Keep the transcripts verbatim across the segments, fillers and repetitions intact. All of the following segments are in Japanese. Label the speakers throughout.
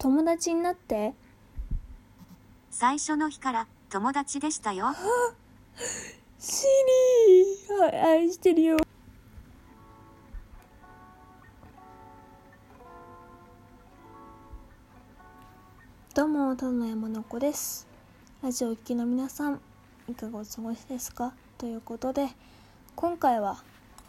Speaker 1: 友達になって。
Speaker 2: 最初の日から友達でしたよ。
Speaker 1: シリー、はい、愛してるよ。どうも、ただの山の子です。ラジオを聴きの皆さん、いかがお過ごしですか？ということで、今回は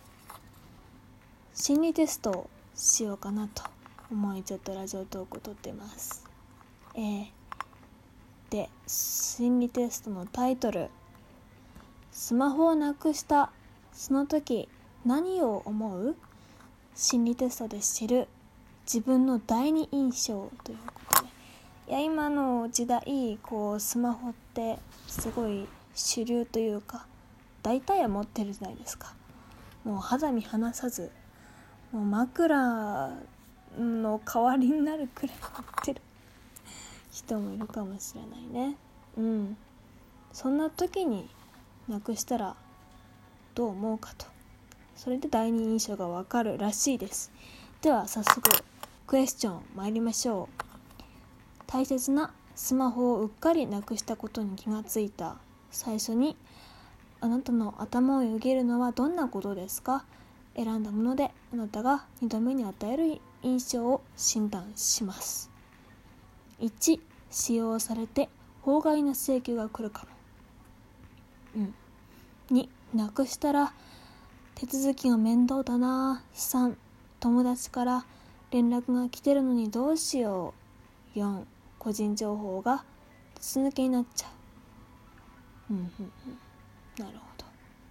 Speaker 1: 心理テストをしようかなと思い、ちょっとラジオトークを撮っています。えー、で、心理テストのタイトル、スマホをなくしたその時何を思う？心理テストで知る自分の第二印象ということで、いや今の時代こうスマホってすごい主流というか、大体は持ってるじゃないですか。もう肌身離さず、もう枕の代わりになるくらい持ってる人もいるかもしれないね。うん。そんな時になくしたらどう思うかと、それで第二印象がわかるらしいです。では早速クエスチョン参りましょう。大切なスマホをうっかりなくしたことに気がついた最初にあなたの頭をよぎるのはどんなことですか？選んだものであなたがにどめに与える印象を診断します。いち、使用されて法外な請求が来るかも。うん。に、なくしたら手続きが面倒だな。さん、友達から連絡が来てるのにどうしよう。よん、個人情報が筒抜けになっちゃう。うんうんうん。なるほど。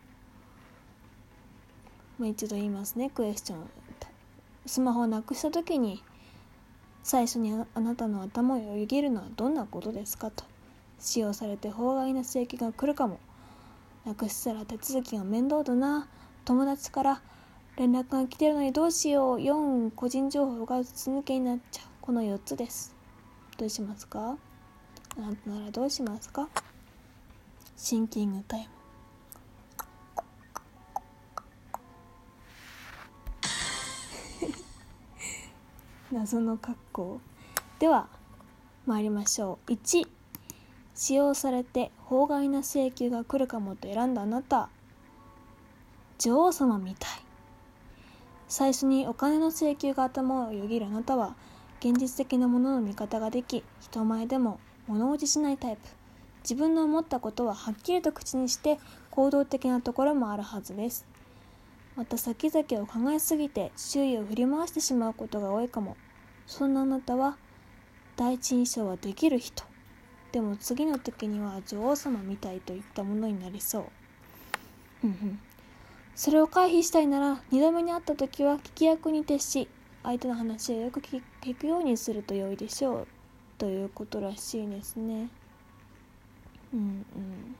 Speaker 1: もう一度言いますね。クエスチョン。スマホをなくした時に最初にあなたの頭をよぎるのはどんなことですかと。使用されて法外な請求が来るかも。なくしたら手続きが面倒だな。友達から連絡が来てるのにどうしよう。よん、個人情報が筒抜けになっちゃう。このよっつです。どうしますか？あなたならどうしますか？シンキングタイム。謎の格好では参りましょう。いち、使用されて法外な請求が来るかもと選んだあなた、女王様みたい。最初にお金の請求が頭をよぎるあなたは現実的なものの見方ができ、人前でも物おじしないタイプ。自分の思ったことははっきりと口にして行動的なところもあるはずです。また先々を考えすぎて周囲を振り回してしまうことが多いかも。そんなあなたは第一印象はできる人、でも次の時には女王様みたいといったものになりそう。うんうん。それを回避したいならにどめに会った時は聞き役に徹し、相手の話をよく聞くようにすると良いでしょうということらしいですね。うんうん。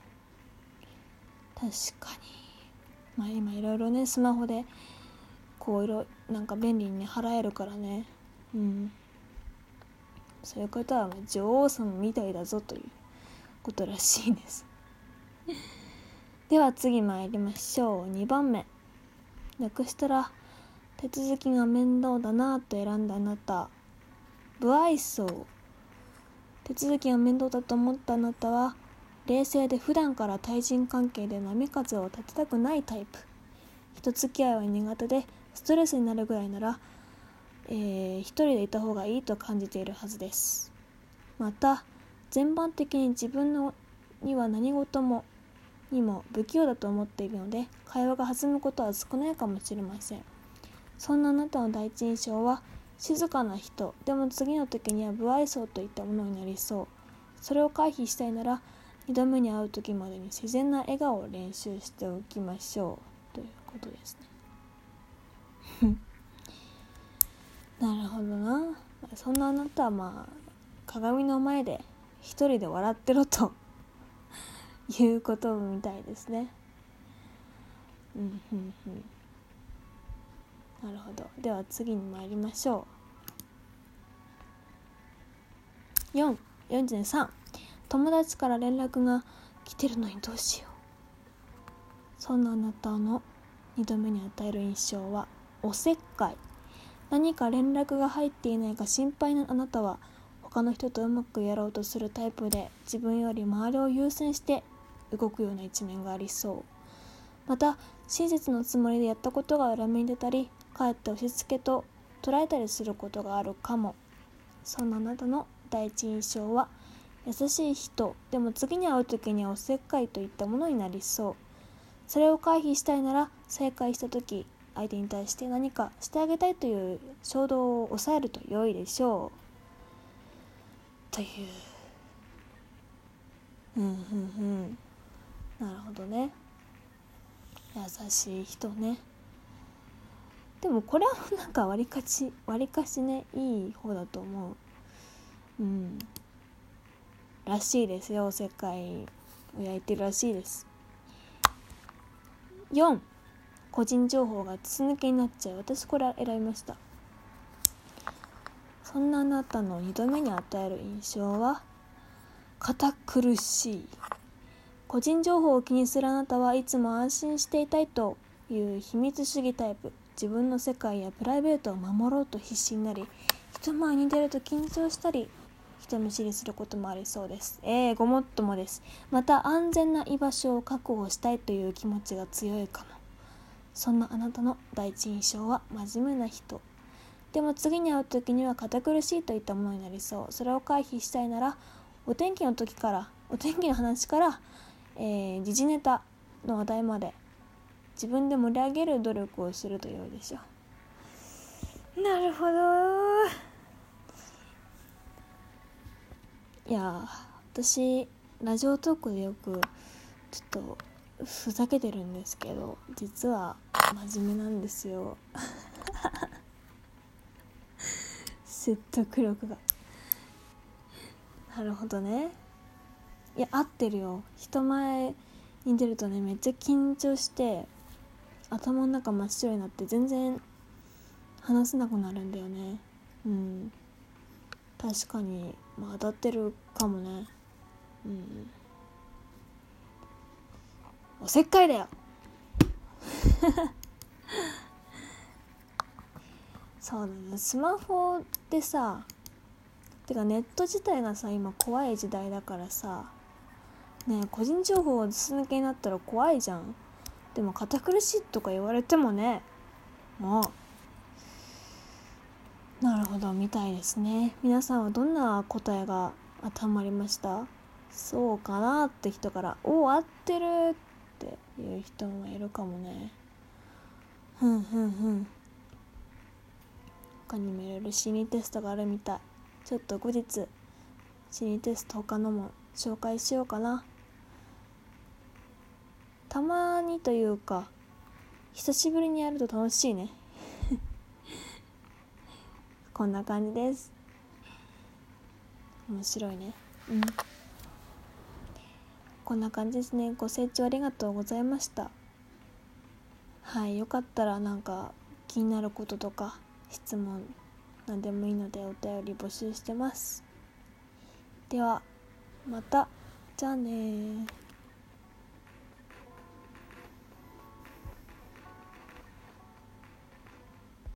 Speaker 1: 確かに。まあ今いろいろね、スマホでこういろなんか便利にね払えるからね。うん。そういうことは女王様みたいだぞということらしいですでは次参りましょう。にばんめ、なくしたら手続きが面倒だなと選んだあなた、不愛想。手続きが面倒だと思ったあなたは冷静で普段から対人関係で波風を立てたくないタイプ。人付き合いは苦手でストレスになるぐらいならえー、一人でいた方がいいと感じているはずです。また全般的に自分のには何事もにも不器用だと思っているので会話が弾むことは少ないかもしれません。そんなあなたの第一印象は静かな人、でも次の時には不愛想といったものになりそう。それを回避したいならにどめに会う時までに自然な笑顔を練習しておきましょうということですねなるほどな。そんなあなたはまあ鏡の前で一人で笑ってろということみたいですね。うんうんうん。なるほど。では次に参りましょう。よん、よんじゅうさん、友達から連絡が来てるのにどうしよう。そんなあなたのにどめに与える印象はおせっかい。何か連絡が入っていないか心配なあなたは他の人とうまくやろうとするタイプで、自分より周りを優先して動くような一面がありそう。また親切のつもりでやったことが裏目に出たり、かえって押し付けと捉えたりすることがあるかも。そんなあなたの第一印象は優しい人でも次に会う時にはおせっかいといったものになりそう。それを回避したいなら、再会した時相手に対して何かしてあげたいという衝動を抑えると良いでしょうという。うんうんうん、なるほどね。優しい人ね。でもこれはなんかわりかしわりかしね、いい方だと思う。うんらしいですよ。世界を焼いてるらしいです。よん、個人情報が筒抜けになっちゃう。私これ選びました。そんなあなたのにどめに与える印象は堅苦しい。個人情報を気にするあなたはいつも安心していたいという秘密主義タイプ。自分の世界やプライベートを守ろうと必死になり、人前に出ると緊張したり人見知りすることもありそうです。えー、ごもっともです。また安全な居場所を確保したいという気持ちが強いかも。そんなあなたの第一印象は真面目な人でも次に会う時には堅苦しいといったものになりそう。それを回避したいなら、お天気の時からお天気の話から、えー、時事ネタの話題まで自分で盛り上げる努力をすると良いでしょう。なるほど。いや私ラジオトークでよくちょっとふざけてるんですけど、実は真面目なんですよ説得力が。なるほどね。いや合ってるよ。人前に出るとね、めっちゃ緊張して頭の中真っ白になって全然話せなくなるんだよね。うん確かに、まあ、当たってるかもね。うんおせっかいだよそうだね。スマホでさ、てかネット自体がさ今怖い時代だからさねえ、個人情報を筒抜けになったら怖いじゃん。でも堅苦しいとか言われてもね、もうなるほどみたいですね。皆さんはどんな答えが当てはまりました？そうかなって人からお合ってるっていう人もいるかもね。ふんふんふん。他にもいろいろ心理テストがあるみたい。ちょっと後日心理テスト他のも紹介しようかな。たまにというか久しぶりにやると楽しいねこんな感じです。面白いね。うんこんな感じですね。ご清聴ありがとうございました。はい、よかったらなんか気になることとか質問何でもいいのでお便り募集してます。ではまた。じゃあね。